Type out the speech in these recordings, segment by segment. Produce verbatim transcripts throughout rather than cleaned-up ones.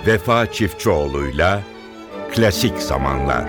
Vefa Çiftçioğlu'yla Klasik Zamanlar.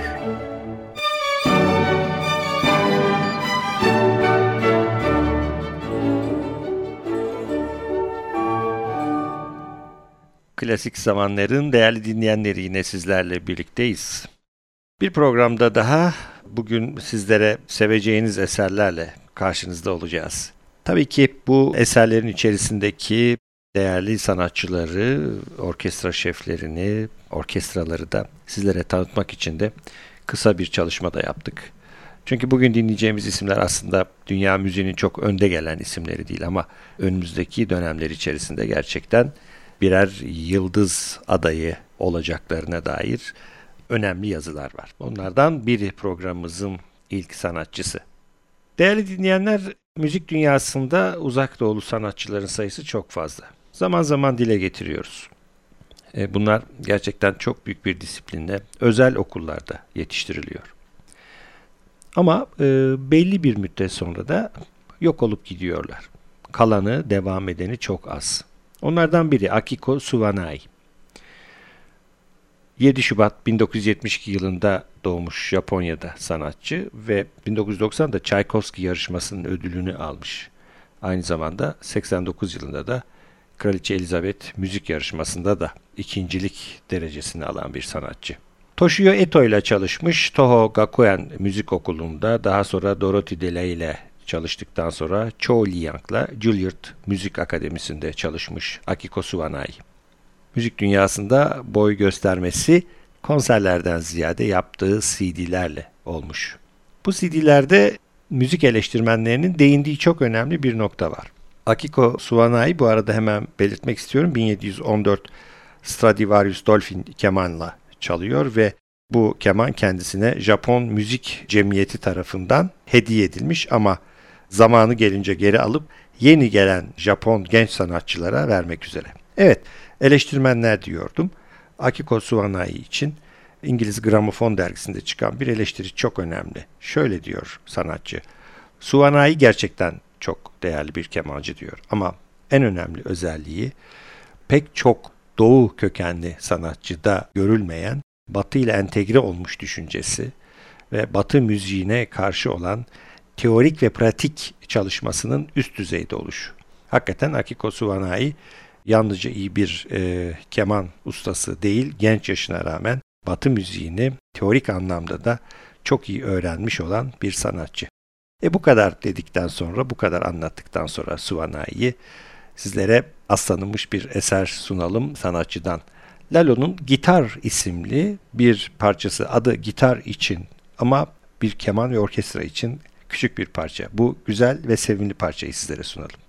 Klasik Zamanlar'ın değerli dinleyenleri, yine sizlerle birlikteyiz. Bir programda daha bugün sizlere seveceğiniz eserlerle karşınızda olacağız. Tabii ki bu eserlerin içerisindeki değerli sanatçıları, orkestra şeflerini, orkestraları da sizlere tanıtmak için de kısa bir çalışma da yaptık. Çünkü bugün dinleyeceğimiz isimler aslında dünya müziğinin çok önde gelen isimleri değil ama önümüzdeki dönemler içerisinde gerçekten birer yıldız adayı olacaklarına dair önemli yazılar var. Onlardan biri programımızın ilk sanatçısı. Değerli dinleyenler, müzik dünyasında uzak doğulu sanatçıların sayısı çok fazla. Zaman zaman dile getiriyoruz. Bunlar gerçekten çok büyük bir disiplinle özel okullarda yetiştiriliyor. Ama e, belli bir müddet sonra da yok olup gidiyorlar. Kalanı, devam edeni çok az. Onlardan biri Akiko Suwanai. yedi Şubat bin dokuz yüz yetmiş iki yılında doğmuş Japonya'da sanatçı ve bin dokuz yüz doksanda Tchaikovsky yarışmasının ödülünü almış. Aynı zamanda seksen dokuz yılında da Kraliçe Elizabeth müzik yarışmasında da ikincilik derecesini alan bir sanatçı. Toshio Eto ile çalışmış. Toho Gakuen Müzik Okulu'nda, daha sonra Dorothy Delay ile çalıştıktan sonra Cho Liang'la Juilliard Müzik Akademisi'nde çalışmış Akiko Suwanai. Müzik dünyasında boy göstermesi konserlerden ziyade yaptığı C D'lerle olmuş. Bu C D'lerde müzik eleştirmenlerinin değindiği çok önemli bir nokta var. Akiko Suwanai, bu arada hemen belirtmek istiyorum, bin yedi yüz on dört Stradivarius Dolphin kemanla çalıyor ve bu keman kendisine Japon Müzik Cemiyeti tarafından hediye edilmiş ama zamanı gelince geri alıp yeni gelen Japon genç sanatçılara vermek üzere. Evet, eleştirmenler diyordum. Akiko Suwanai için İngiliz Gramofon dergisinde çıkan bir eleştiri çok önemli. Şöyle diyor sanatçı: Suwanai gerçekten çok değerli bir kemancı diyor ama en önemli özelliği pek çok Doğu kökenli sanatçıda görülmeyen Batı ile entegre olmuş düşüncesi ve Batı müziğine karşı olan teorik ve pratik çalışmasının üst düzeyde oluşu. Hakikaten Akiko Suwanai yalnızca iyi bir e, keman ustası değil, genç yaşına rağmen Batı müziğini teorik anlamda da çok iyi öğrenmiş olan bir sanatçı. E bu kadar dedikten sonra, bu kadar anlattıktan sonra Suwanai'yi, sizlere az tanınmış bir eser sunalım sanatçıdan. Lalo'nun Gitar isimli bir parçası, adı gitar için ama bir keman ve orkestra için küçük bir parça. Bu güzel ve sevimli parçayı sizlere sunalım.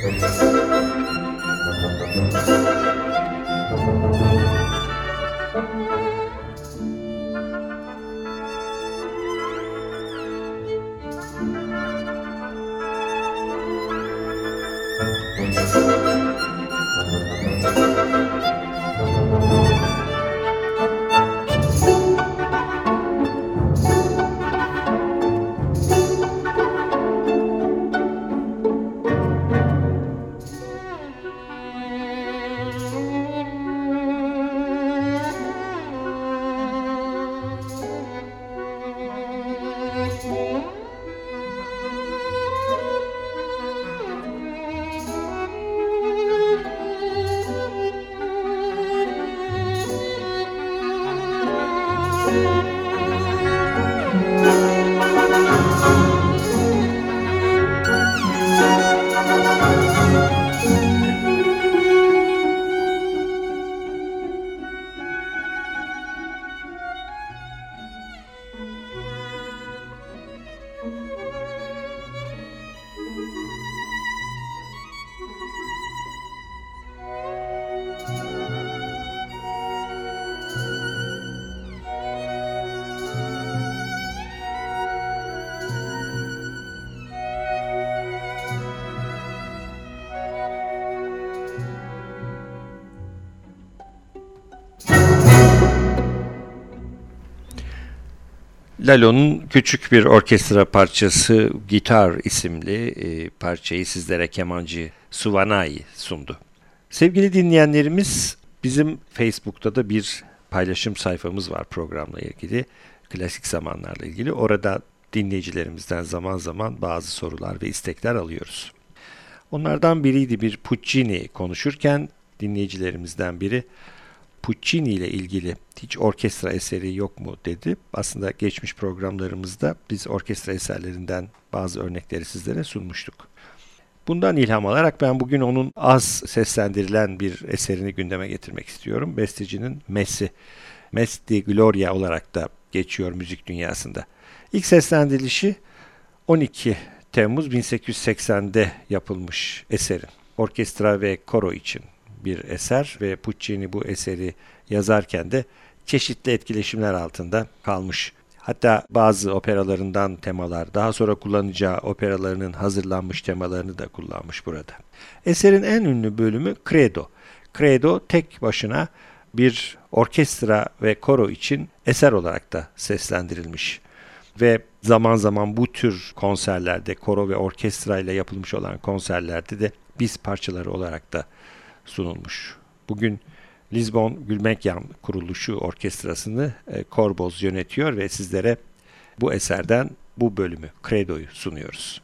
Lalo'nun küçük bir orkestra parçası Gitar isimli e, parçayı sizlere kemancı Suvanai sundu. Sevgili dinleyenlerimiz, bizim Facebook'ta da bir paylaşım sayfamız var programla ilgili, klasik zamanlarla ilgili. Orada dinleyicilerimizden zaman zaman bazı sorular ve istekler alıyoruz. Onlardan biriydi, bir Puccini konuşurken dinleyicilerimizden biri Puccini ile ilgili hiç orkestra eseri yok mu dedi. Aslında geçmiş programlarımızda biz orkestra eserlerinden bazı örnekleri sizlere sunmuştuk. Bundan ilham alarak ben bugün onun az seslendirilen bir eserini gündeme getirmek istiyorum. Bestecinin Messi, Mes di Gloria olarak da geçiyor müzik dünyasında. İlk seslendirilişi on iki Temmuz bin sekiz yüz seksende yapılmış eserin. Orkestra ve koro için bir eser ve Puccini bu eseri yazarken de çeşitli etkileşimler altında kalmış. Hatta bazı operalarından temalar, daha sonra kullanacağı operalarının hazırlanmış temalarını da kullanmış burada. Eserin en ünlü bölümü Credo. Credo tek başına bir orkestra ve koro için eser olarak da seslendirilmiş. Ve zaman zaman bu tür konserlerde, koro ve orkestra ile yapılmış olan konserlerde de biz parçaları olarak da sunulmuş. Bugün Lisbon Gulbenkian Kuruluşu Orkestrası'nı e, Korboz yönetiyor ve sizlere bu eserden bu bölümü, Credo'yu sunuyoruz.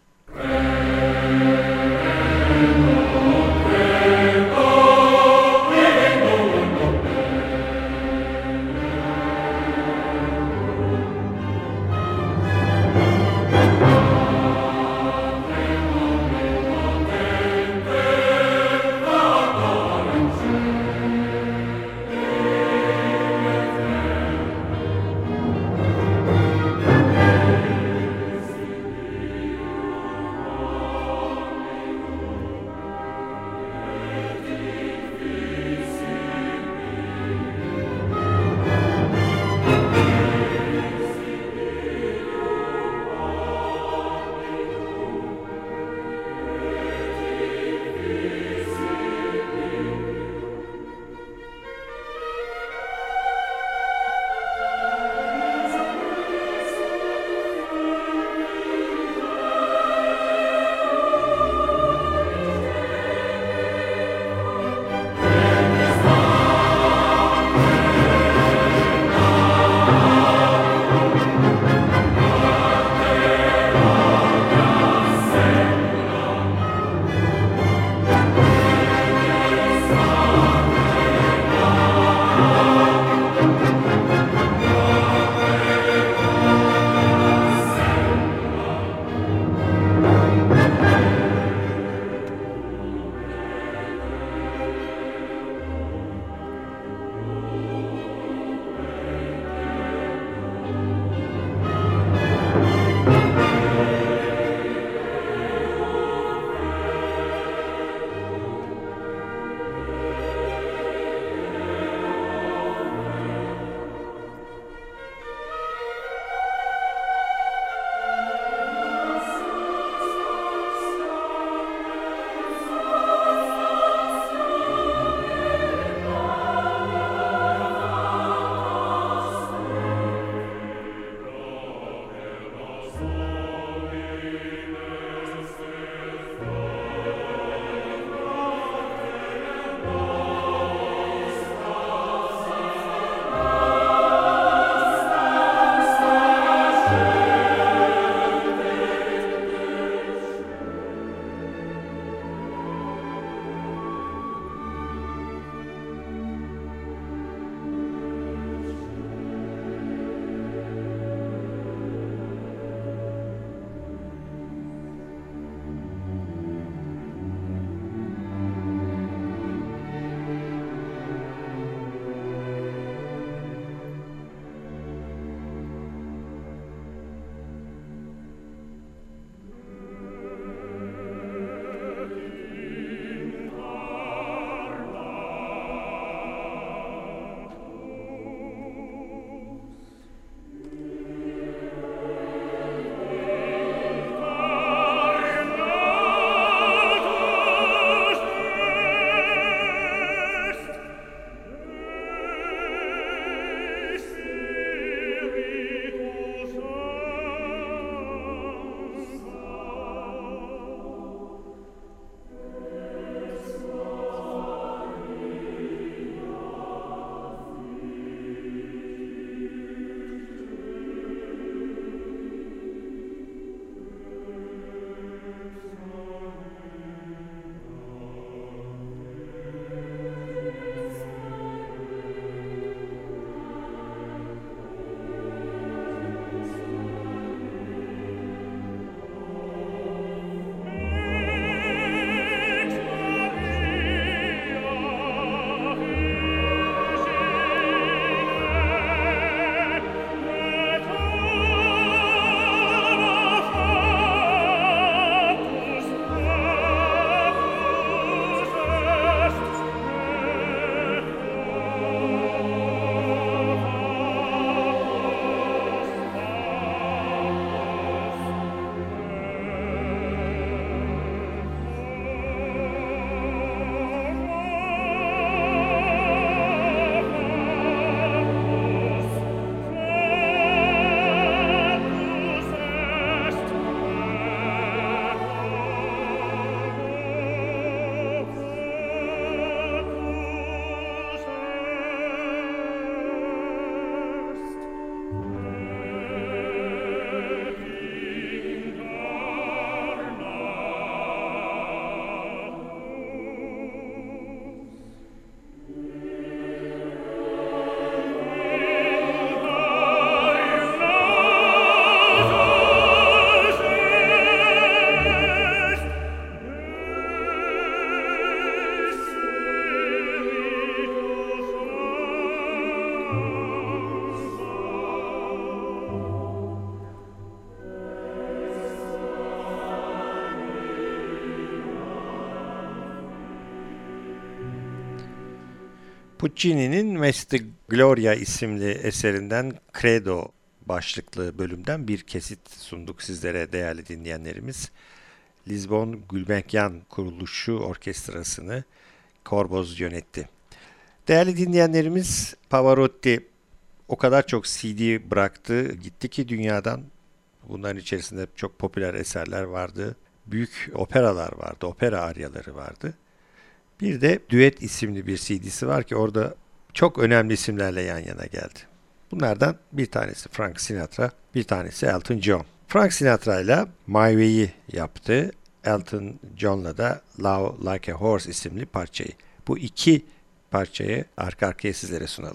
Puccini'nin Mesta Gloria isimli eserinden Credo başlıklı bölümden bir kesit sunduk sizlere değerli dinleyenlerimiz. Lisbon Gulbenkian Kuruluşu Orkestrası'nı Korboz yönetti. Değerli dinleyenlerimiz, Pavarotti o kadar çok C D bıraktı gitti ki dünyadan. Bunların içerisinde çok popüler eserler vardı. Büyük operalar vardı, opera aryaları vardı. Bir de Düet isimli bir C D'si var ki orada çok önemli isimlerle yan yana geldi. Bunlardan bir tanesi Frank Sinatra, bir tanesi Elton John. Frank Sinatra ile My Way'i yaptı. Elton John'la da Love Like a Horse isimli parçayı. Bu iki parçayı arka arkaya sizlere sunalım.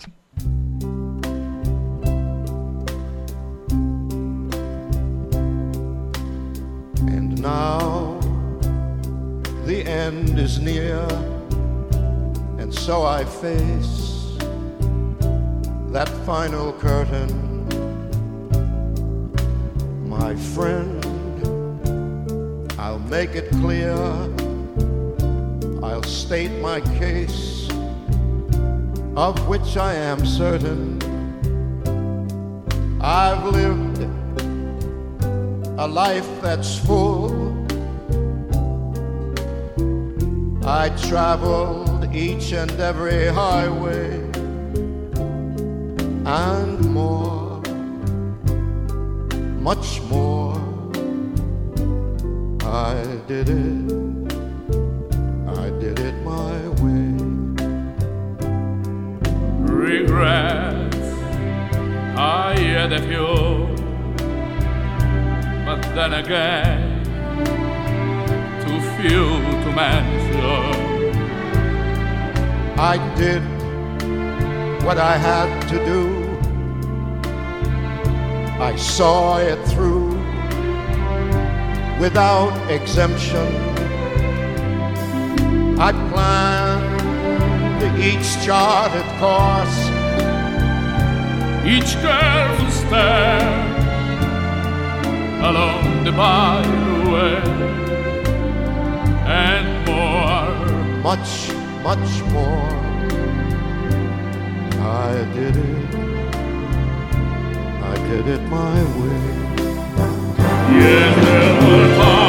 And now the end is near, and so I face that final curtain. My friend, I'll make it clear, I'll state my case, of which I am certain. I've lived a life that's full. I traveled each and every highway and more, much more. I did it, I did it my way. Regrets, I had a few, but then again, too few to mention. I did what I had to do. I saw it through without exemption. I planned each charted course, each careful step along the byway, and more, much, much more. I did it, I did it my way. Yes, there were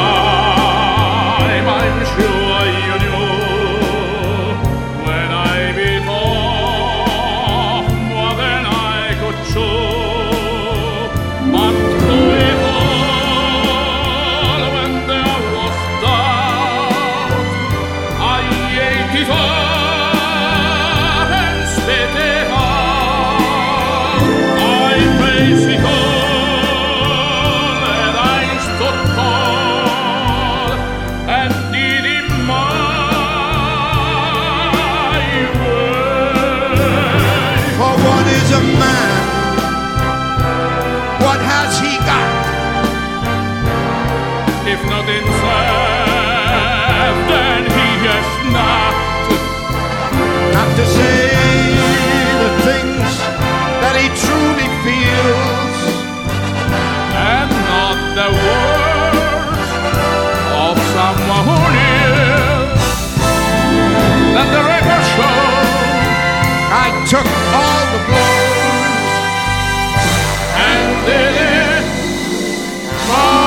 times I'm sure you knew when I bit off more than I could chew, but through it all, when there was doubt, I ate it up and spit it out. I faced it all. A man, what has he got? If not himself, then he has not. Not to say the things that he truly feels, And not the words of someone who lives. Let the record show I took all the blows and did it my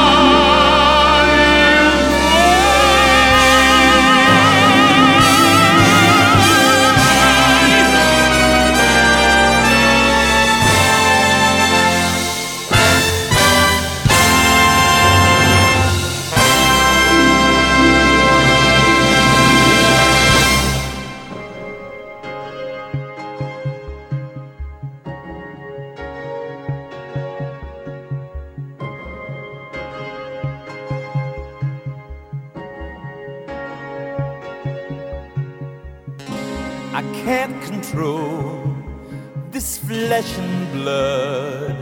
I can't control this flesh and blood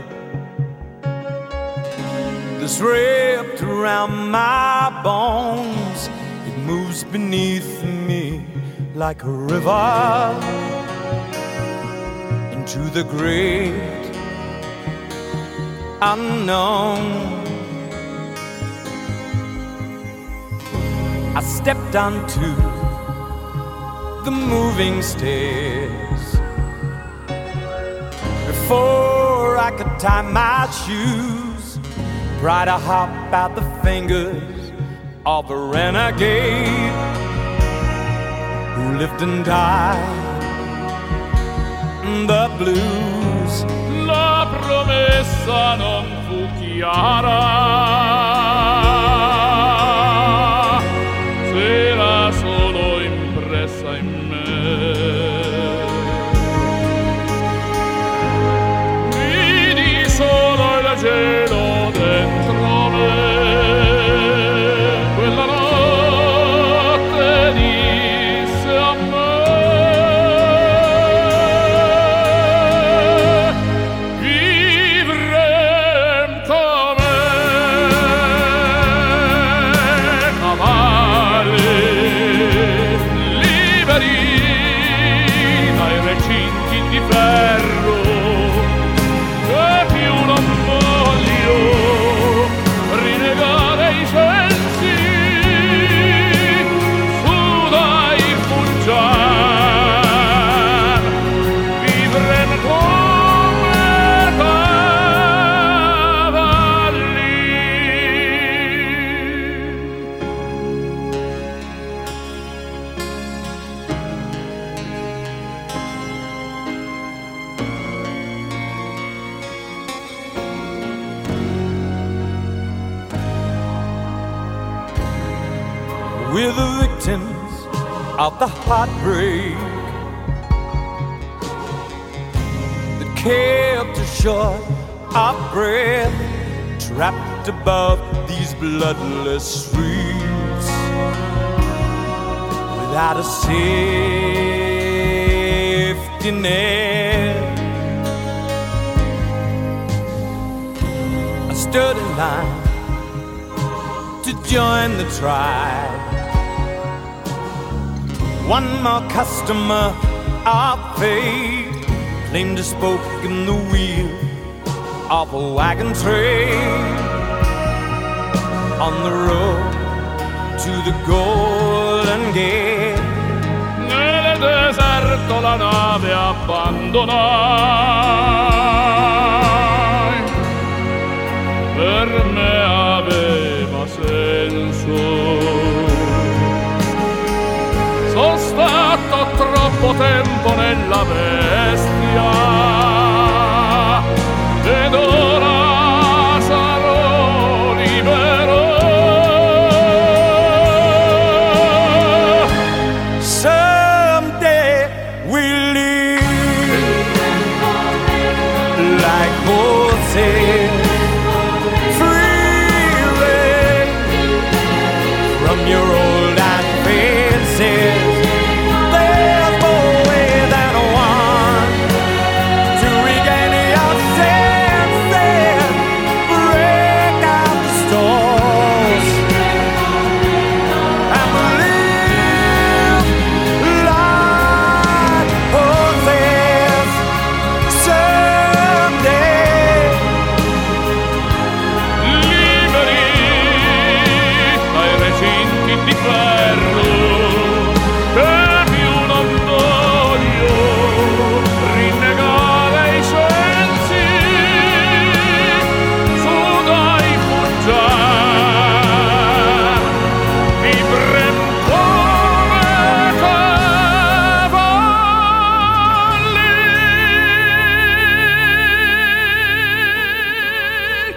that's wrapped around my bones. It moves beneath me like a river into the great unknown. I stepped onto the moving stairs. Before I could tie my shoes, try to hop out the fingers of a renegade who lived and died in the blues. La promessa non fu chiara, s'era solo impressa in me. Vidi solo il cielo dentro me. Quella notte disse a me: vivrem come cavalli liberi dai recinti di ferro, che più non voglio rinnegare i sensi. Su dai fuggiar, vivrem come cavalli. We're the victims of the heartbreak that kept us short of breath, trapped above these bloodless streets without a safety net. I stood in line to join the tribe, one more customer of fate, claimed to spoke in the wheel of a wagon train on the road to the Golden Gate. Nel deserto la nave abbandonai, per me aveva senso. Sono stato troppo tempo nella bestia ed ora sarò libero. Someday we'll live like Moses, freely from your old iron fences. There's more way than one to regain your senses. Break out the storms and believe like Moses. Someday Liberi dai recinti di ferro, che più non voglio rinnegare i sensi. Su dai fuggiar, vivrem come cavalli.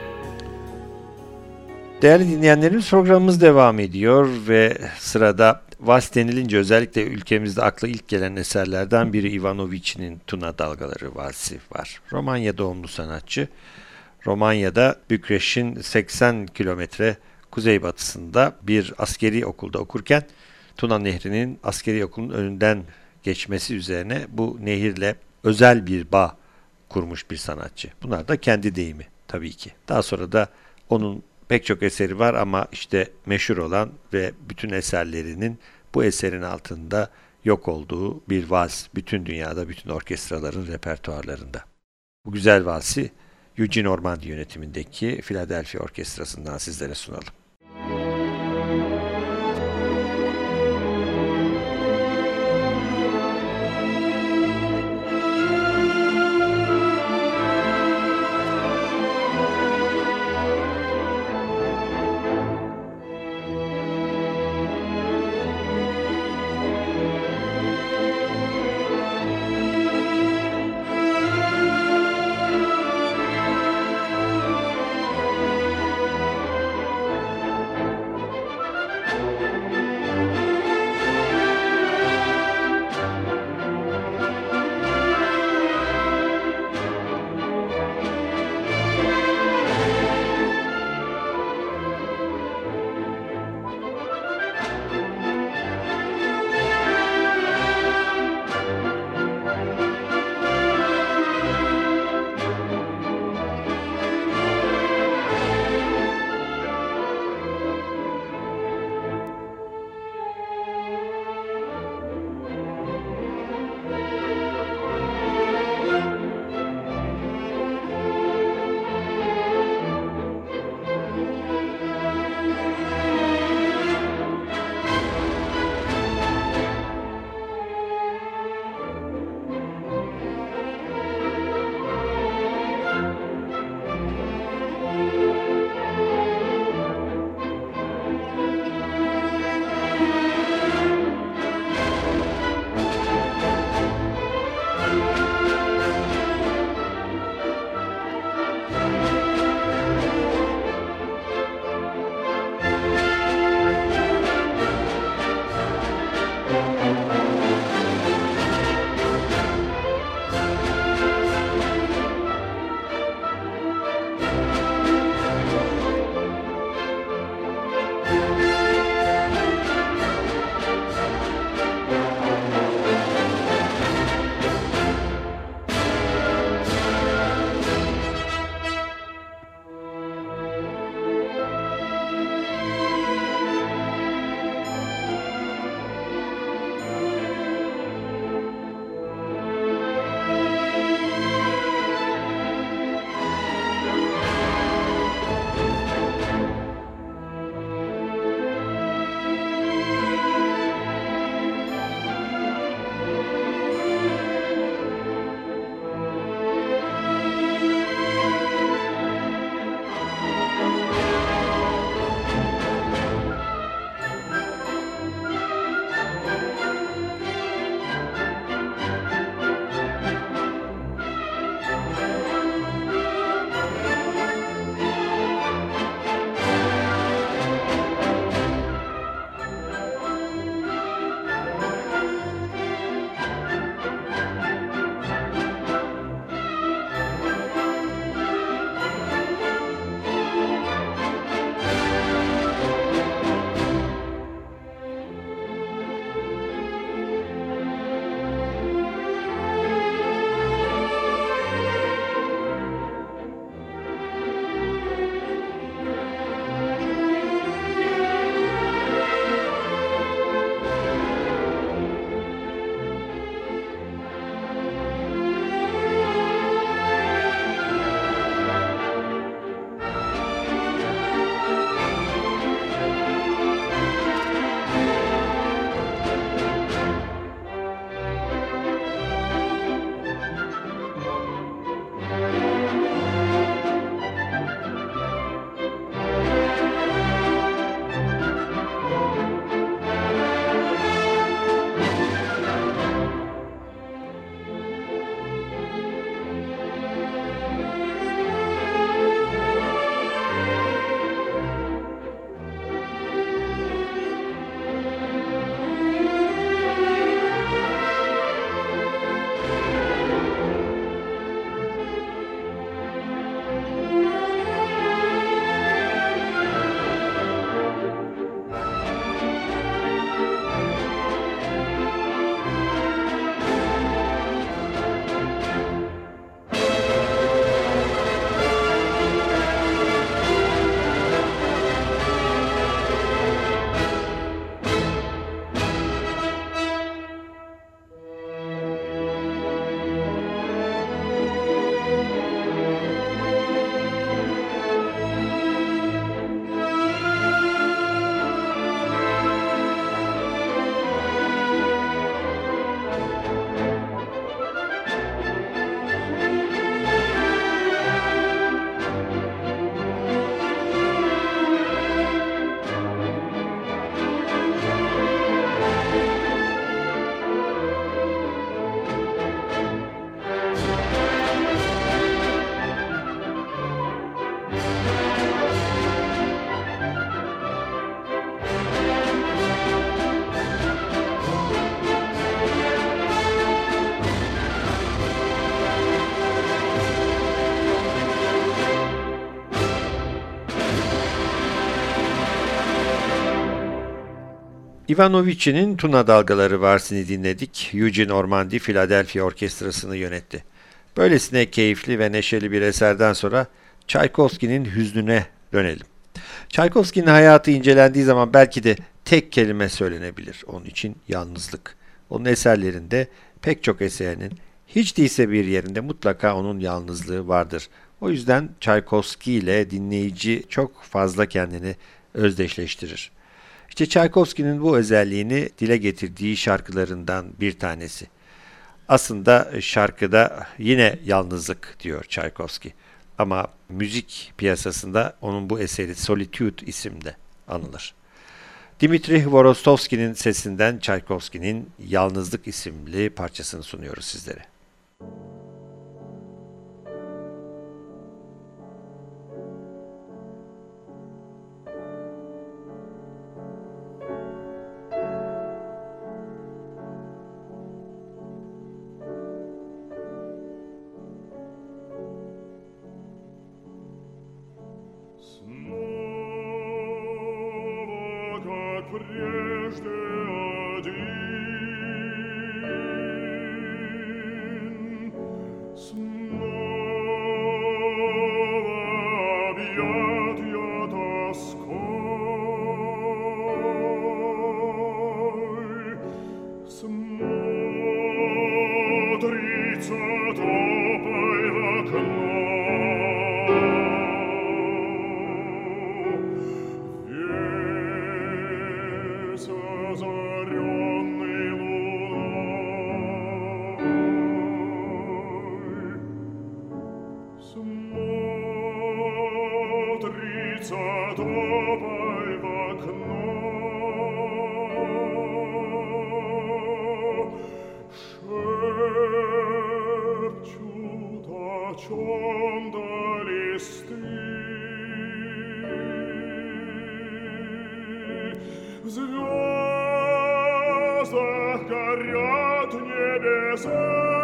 Değerli dinleyenlerimiz, programımız devam ediyor ve sırada vals denilince özellikle ülkemizde akla ilk gelen eserlerden biri Ivan Ovçin'in Tuna Dalgaları valsi var. Romanya doğumlu sanatçı. Romanya'da Bükreş'in seksen kilometre kuzeybatısında bir askeri okulda okurken Tuna Nehri'nin askeri okulun önünden geçmesi üzerine bu nehirle özel bir bağ kurmuş bir sanatçı. Bunlar da kendi deyimi tabii ki. Daha sonra da onun pek çok eseri var ama işte meşhur olan ve bütün eserlerinin bu eserin altında yok olduğu bir vals bütün dünyada, bütün orkestraların repertuarlarında. Bu güzel valsi Eugene Ormandy yönetimindeki Philadelphia Orkestrası'ndan sizlere sunalım. Ivanovici'nin Tuna Dalgaları Varsini dinledik. Eugene Ormandy Philadelphia Orkestrası'nı yönetti. Böylesine keyifli ve neşeli bir eserden sonra Tchaikovsky'nin hüznüne dönelim. Tchaikovsky'nin hayatı incelendiği zaman belki de tek kelime söylenebilir. Onun için yalnızlık. Onun eserlerinde pek çok eserinin hiç değilse bir yerinde mutlaka onun yalnızlığı vardır. O yüzden Tchaikovsky ile dinleyici çok fazla kendini özdeşleştirir. İşte Tchaikovsky'nin bu özelliğini dile getirdiği şarkılarından bir tanesi. Aslında şarkıda yine yalnızlık diyor Tchaikovsky. Ama müzik piyasasında onun bu eseri Solitude isimde anılır. Dimitri Hvorostovsky'nin sesinden Tchaikovsky'nin Yalnızlık isimli parçasını sunuyoruz sizlere. Прежде один, снова объят я тоской, смотрится топай в окно. В звездах горят небеса,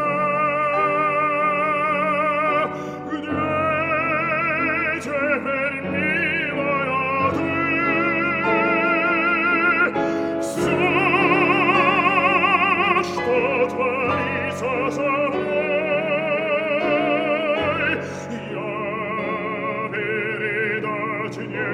где теперь, милая, ты? Все, что творится со мной, я передать не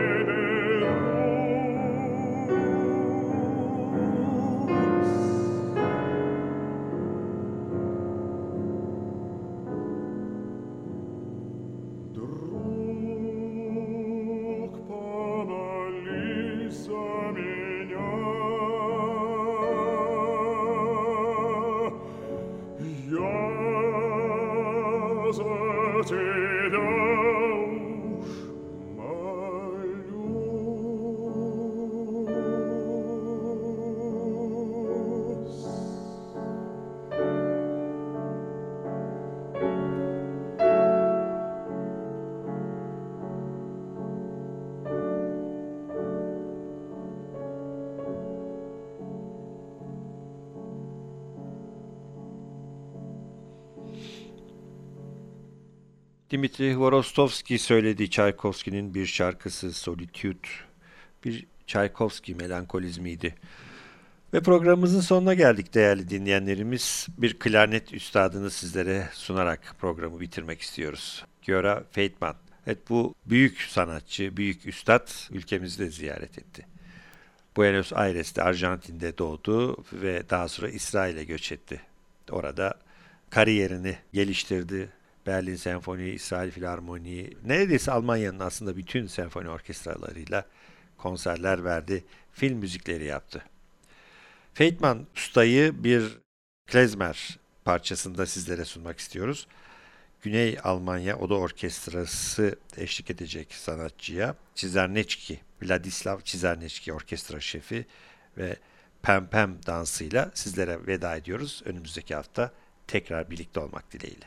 Dimitri Hvorostovsky söylediği Tchaikovsky'nin bir şarkısı Solitude, bir Tchaikovsky melankolizmiydi. Ve programımızın sonuna geldik değerli dinleyenlerimiz. Bir klarnet üstadını sizlere sunarak programı bitirmek istiyoruz. Gyora Feitman. Evet, bu büyük sanatçı, büyük üstad ülkemizi de ziyaret etti. Buenos Aires'te, Arjantin'de doğdu ve daha sonra İsrail'e göç etti. Orada kariyerini geliştirdi. Berlin Senfoni, İsrail Filarmoni, neredeyse Almanya'nın aslında bütün senfoni orkestralarıyla konserler verdi, film müzikleri yaptı. Feitman ustayı bir klezmer parçasında sizlere sunmak istiyoruz. Güney Almanya Oda Orkestrası eşlik edecek sanatçıya. Çizarneçki, Vladislav Çizarneçki orkestra şefi ve Pem Pem dansıyla sizlere veda ediyoruz. Önümüzdeki hafta tekrar birlikte olmak dileğiyle.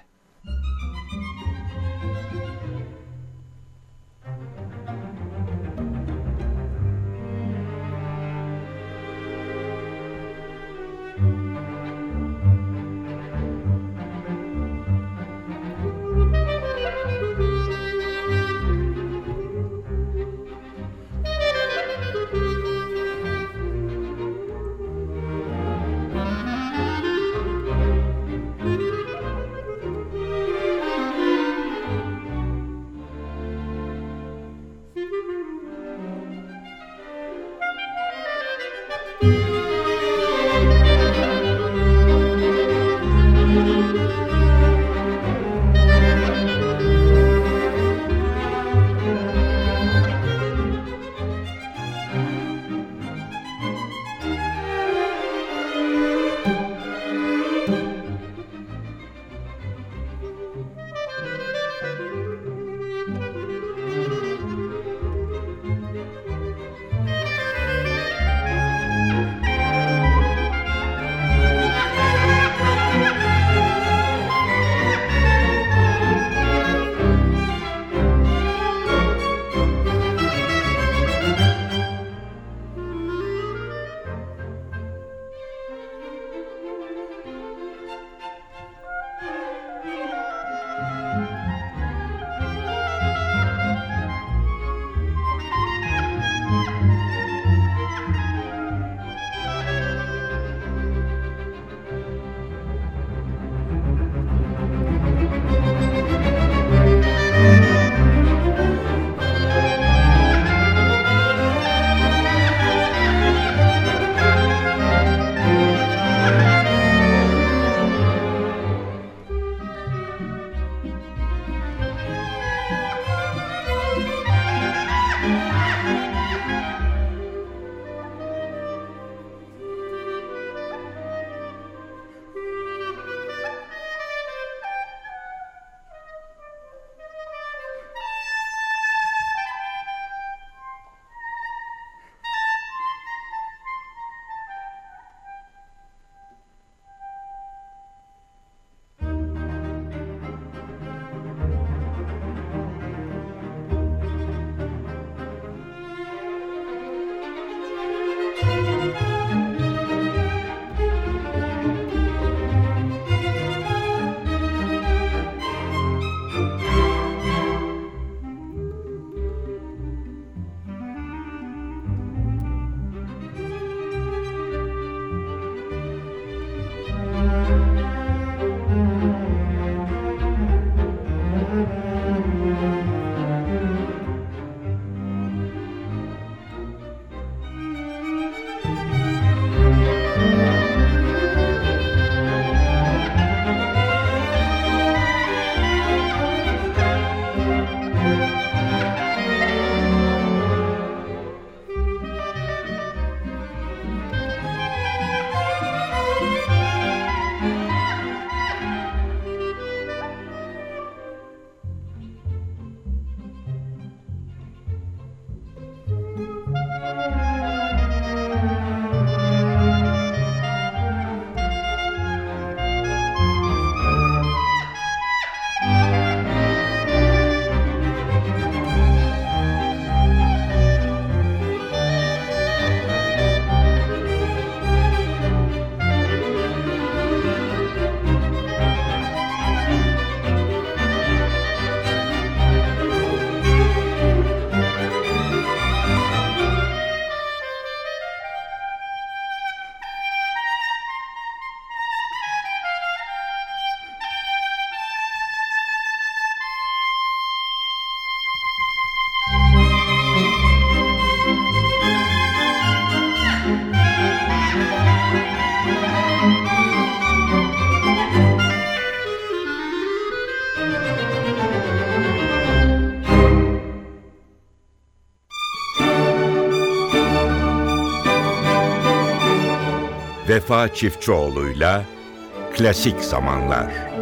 Vefa Çiftçioğlu'yla Klasik Zamanlar.